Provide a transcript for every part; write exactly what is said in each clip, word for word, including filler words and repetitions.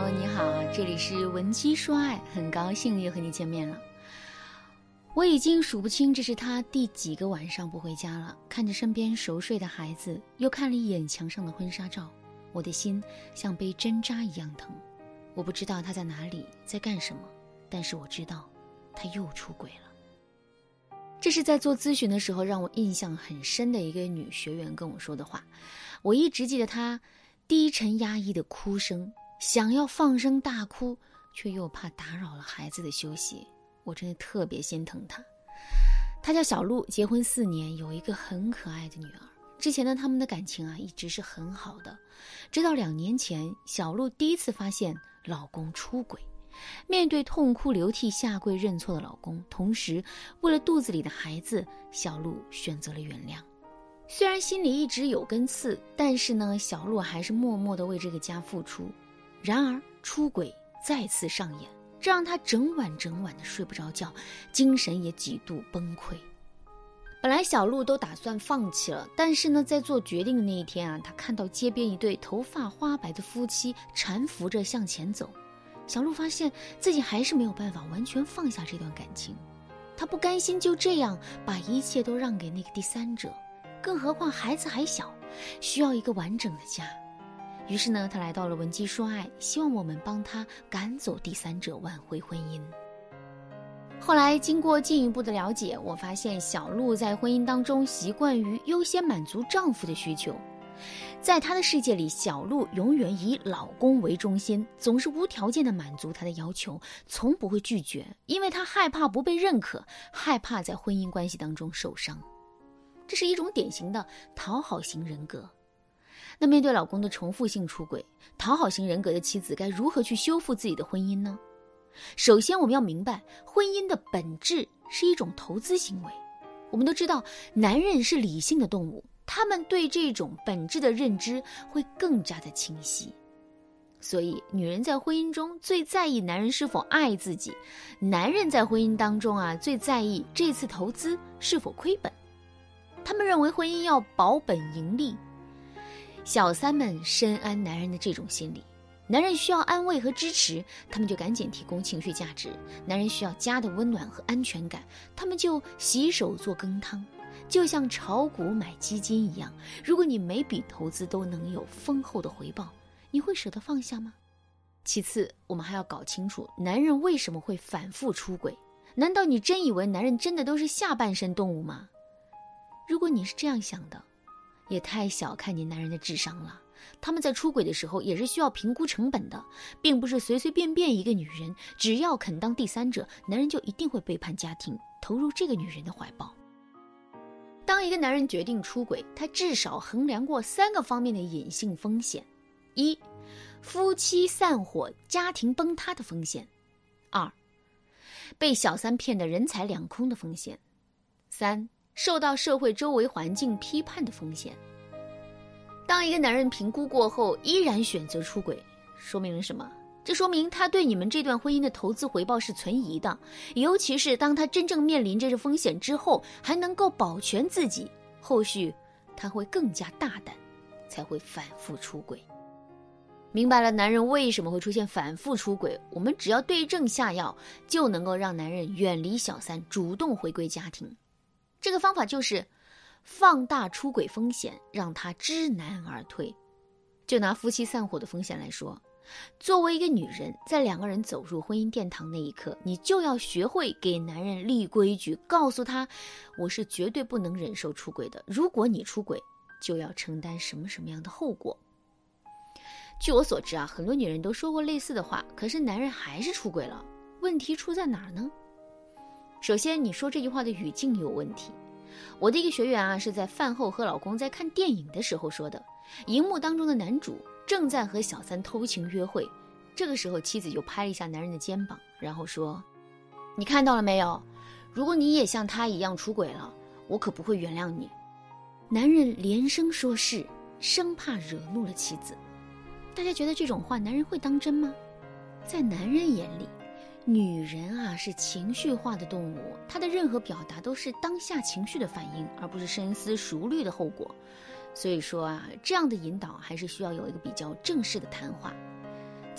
友你好，这里是文姬说爱，很高兴又和你见面了。我已经数不清这是他第几个晚上不回家了，看着身边熟睡的孩子，又看了一眼墙上的婚纱照，我的心像被针扎一样疼。我不知道他在哪里，在干什么，但是我知道他又出轨了。这是在做咨询的时候让我印象很深的一个女学员跟我说的话。我一直记得她低沉压抑的哭声，想要放声大哭，却又怕打扰了孩子的休息。我真的特别心疼她。她叫小鹿，结婚四年，有一个很可爱的女儿。之前呢，他们的感情啊一直是很好的，直到两年前，小鹿第一次发现老公出轨。面对痛哭流涕下跪认错的老公，同时为了肚子里的孩子，小鹿选择了原谅。虽然心里一直有根刺，但是呢，小鹿还是默默地为这个家付出。然而出轨再次上演，这让她整晚整晚的睡不着觉，精神也几度崩溃。本来小鹿都打算放弃了，但是呢，在做决定的那一天啊，她看到街边一对头发花白的夫妻搀扶着向前走。小鹿发现自己还是没有办法完全放下这段感情，她不甘心就这样把一切都让给那个第三者，更何况孩子还小，需要一个完整的家。于是呢，她来到了文姬说爱，希望我们帮她赶走第三者，挽回婚姻。后来经过进一步的了解，我发现小鹿在婚姻当中习惯于优先满足丈夫的需求。在她的世界里，小鹿永远以老公为中心，总是无条件的满足他的要求，从不会拒绝，因为她害怕不被认可，害怕在婚姻关系当中受伤。这是一种典型的讨好型人格。那面对老公的重复性出轨，讨好型人格的妻子该如何去修复自己的婚姻呢？首先我们要明白，婚姻的本质是一种投资行为。我们都知道，男人是理性的动物，他们对这种本质的认知会更加的清晰。所以女人在婚姻中最在意男人是否爱自己，男人在婚姻当中啊最在意这次投资是否亏本。他们认为婚姻要保本盈利。小三们深谙男人的这种心理，男人需要安慰和支持，他们就赶紧提供情绪价值；男人需要家的温暖和安全感，他们就洗手做羹汤。就像炒股买基金一样，如果你每笔投资都能有丰厚的回报，你会舍得放下吗？其次，我们还要搞清楚男人为什么会反复出轨。难道你真以为男人真的都是下半身动物吗？如果你是这样想的，也太小看你男人的智商了。他们在出轨的时候也是需要评估成本的，并不是随随便便一个女人只要肯当第三者，男人就一定会背叛家庭，投入这个女人的怀抱。当一个男人决定出轨，他至少衡量过三个方面的隐性风险：一、夫妻散伙、家庭崩塌的风险；二、被小三骗得人财两空的风险；三、受到社会周围环境批判的风险。当一个男人评估过后依然选择出轨，说明了什么？这说明他对你们这段婚姻的投资回报是存疑的，尤其是当他真正面临着这风险之后，还能够保全自己，后续他会更加大胆，才会反复出轨。明白了男人为什么会出现反复出轨，我们只要对症下药，就能够让男人远离小三，主动回归家庭。这个方法就是放大出轨风险，让他知难而退。就拿夫妻散伙的风险来说，作为一个女人，在两个人走入婚姻殿堂那一刻，你就要学会给男人立规矩，告诉他我是绝对不能忍受出轨的，如果你出轨就要承担什么什么样的后果。据我所知啊，很多女人都说过类似的话，可是男人还是出轨了，问题出在哪儿呢？首先，你说这句话的语境有问题。我的一个学员啊，是在饭后和老公在看电影的时候说的，荧幕当中的男主正在和小三偷情约会，这个时候妻子就拍了一下男人的肩膀，然后说，你看到了没有，如果你也像他一样出轨了，我可不会原谅你。男人连声说是，生怕惹怒了妻子。大家觉得这种话男人会当真吗？在男人眼里，女人啊是情绪化的动物，她的任何表达都是当下情绪的反应，而不是深思熟虑的后果。所以说啊，这样的引导还是需要有一个比较正式的谈话。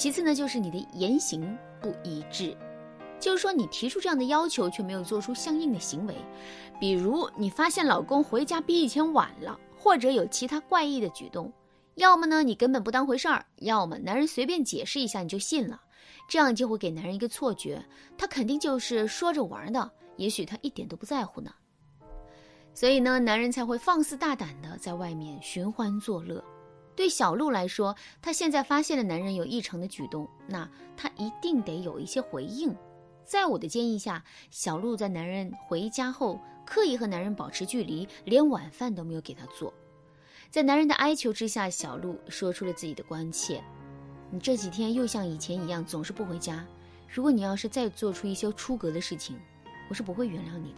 其次呢，就是你的言行不一致，就是说你提出这样的要求却没有做出相应的行为。比如你发现老公回家比以前晚了，或者有其他怪异的举动，要么呢你根本不当回事儿，要么男人随便解释一下你就信了，这样就会给男人一个错觉，他肯定就是说着玩的，也许他一点都不在乎呢。所以呢，男人才会放肆大胆的在外面寻欢作乐。对小鹿来说，她现在发现了男人有异常的举动，那她一定得有一些回应。在我的建议下，小鹿在男人回家后刻意和男人保持距离，连晚饭都没有给他做。在男人的哀求之下，小鹿说出了自己的关切：你这几天又像以前一样总是不回家，如果你要是再做出一些出格的事情，我是不会原谅你的。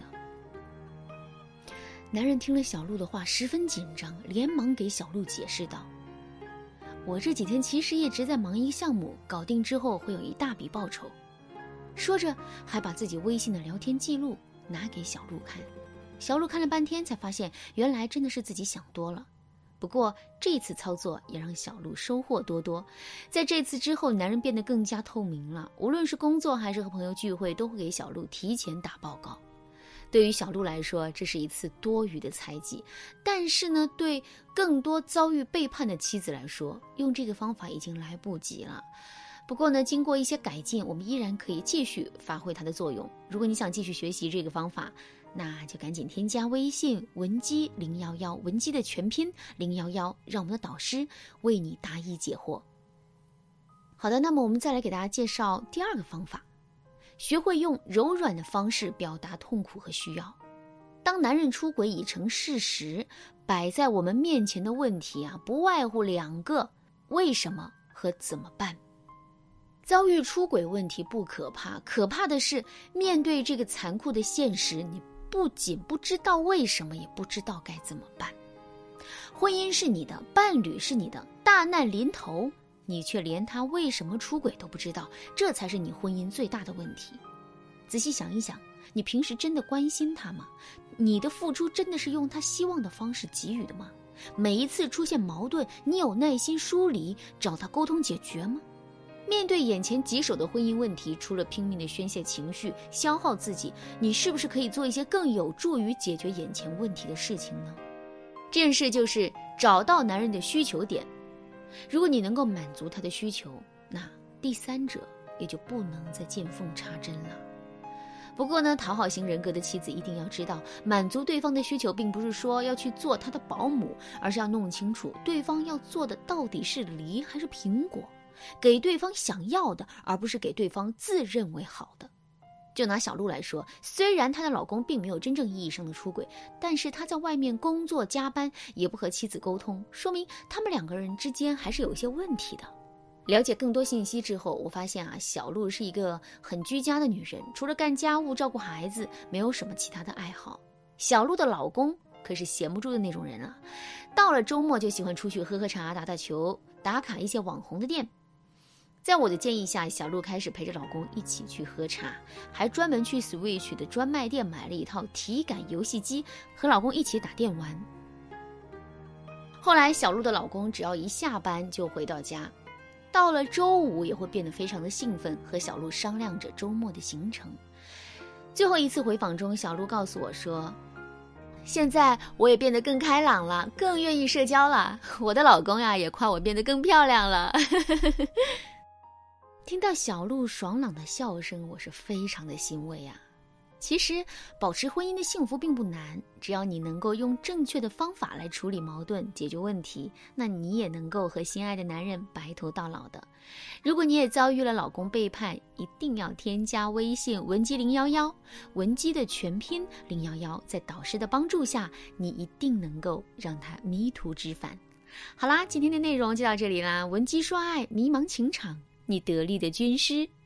男人听了小鹿的话十分紧张，连忙给小鹿解释道：我这几天其实一直在忙一个项目，搞定之后会有一大笔报酬。说着还把自己微信的聊天记录拿给小鹿看。小鹿看了半天才发现，原来真的是自己想多了。不过这次操作也让小鹿收获多多。在这次之后，男人变得更加透明了，无论是工作还是和朋友聚会，都会给小鹿提前打报告。对于小鹿来说，这是一次多余的猜忌，但是呢，对更多遭遇背叛的妻子来说，用这个方法已经来不及了。不过呢，经过一些改进，我们依然可以继续发挥它的作用。如果你想继续学习这个方法，那就赶紧添加微信文姬零一一，文姬的全拼零一一，让我们的导师为你答疑解惑。好的，那么我们再来给大家介绍第二个方法。学会用柔软的方式表达痛苦和需要。当男人出轨已成事实，摆在我们面前的问题啊，不外乎两个：为什么和怎么办。遭遇出轨问题不可怕，可怕的是面对这个残酷的现实，你不仅不知道为什么，也不知道该怎么办。婚姻是你的，伴侣是你的，大难临头你却连他为什么出轨都不知道，这才是你婚姻最大的问题。仔细想一想，你平时真的关心他吗？你的付出真的是用他希望的方式给予的吗？每一次出现矛盾，你有耐心梳理，找他沟通解决吗？面对眼前棘手的婚姻问题，除了拼命的宣泄情绪、消耗自己，你是不是可以做一些更有助于解决眼前问题的事情呢？这件事就是找到男人的需求点。如果你能够满足他的需求，那第三者也就不能再见缝插针了。不过呢，讨好型人格的妻子一定要知道，满足对方的需求并不是说要去做他的保姆，而是要弄清楚对方要做的到底是梨还是苹果，给对方想要的，而不是给对方自认为好的。就拿小鹿来说，虽然她的老公并没有真正意义上的出轨，但是她在外面工作加班，也不和妻子沟通，说明他们两个人之间还是有一些问题的。了解更多信息之后，我发现啊，小鹿是一个很居家的女人，除了干家务、照顾孩子，没有什么其他的爱好。小鹿的老公可是闲不住的那种人啊，到了周末就喜欢出去喝喝茶、打打球，打卡一些网红的店。在我的建议下，小鹿开始陪着老公一起去喝茶，还专门去 Switch 的专卖店买了一套体感游戏机，和老公一起打电玩。后来小鹿的老公只要一下班就回到家，到了周五也会变得非常的兴奋，和小鹿商量着周末的行程。最后一次回访中，小鹿告诉我说，现在我也变得更开朗了，更愿意社交了，我的老公呀也夸我变得更漂亮了。听到小鹿爽朗的笑声，我是非常的欣慰啊。其实保持婚姻的幸福并不难，只要你能够用正确的方法来处理矛盾、解决问题，那你也能够和心爱的男人白头到老的。如果你也遭遇了老公背叛，一定要添加微信文姬零一一，文姬的全拼零一一，在导师的帮助下，你一定能够让他迷途知返。好啦，今天的内容就到这里啦，文姬说爱，迷茫情场，你得力的军师。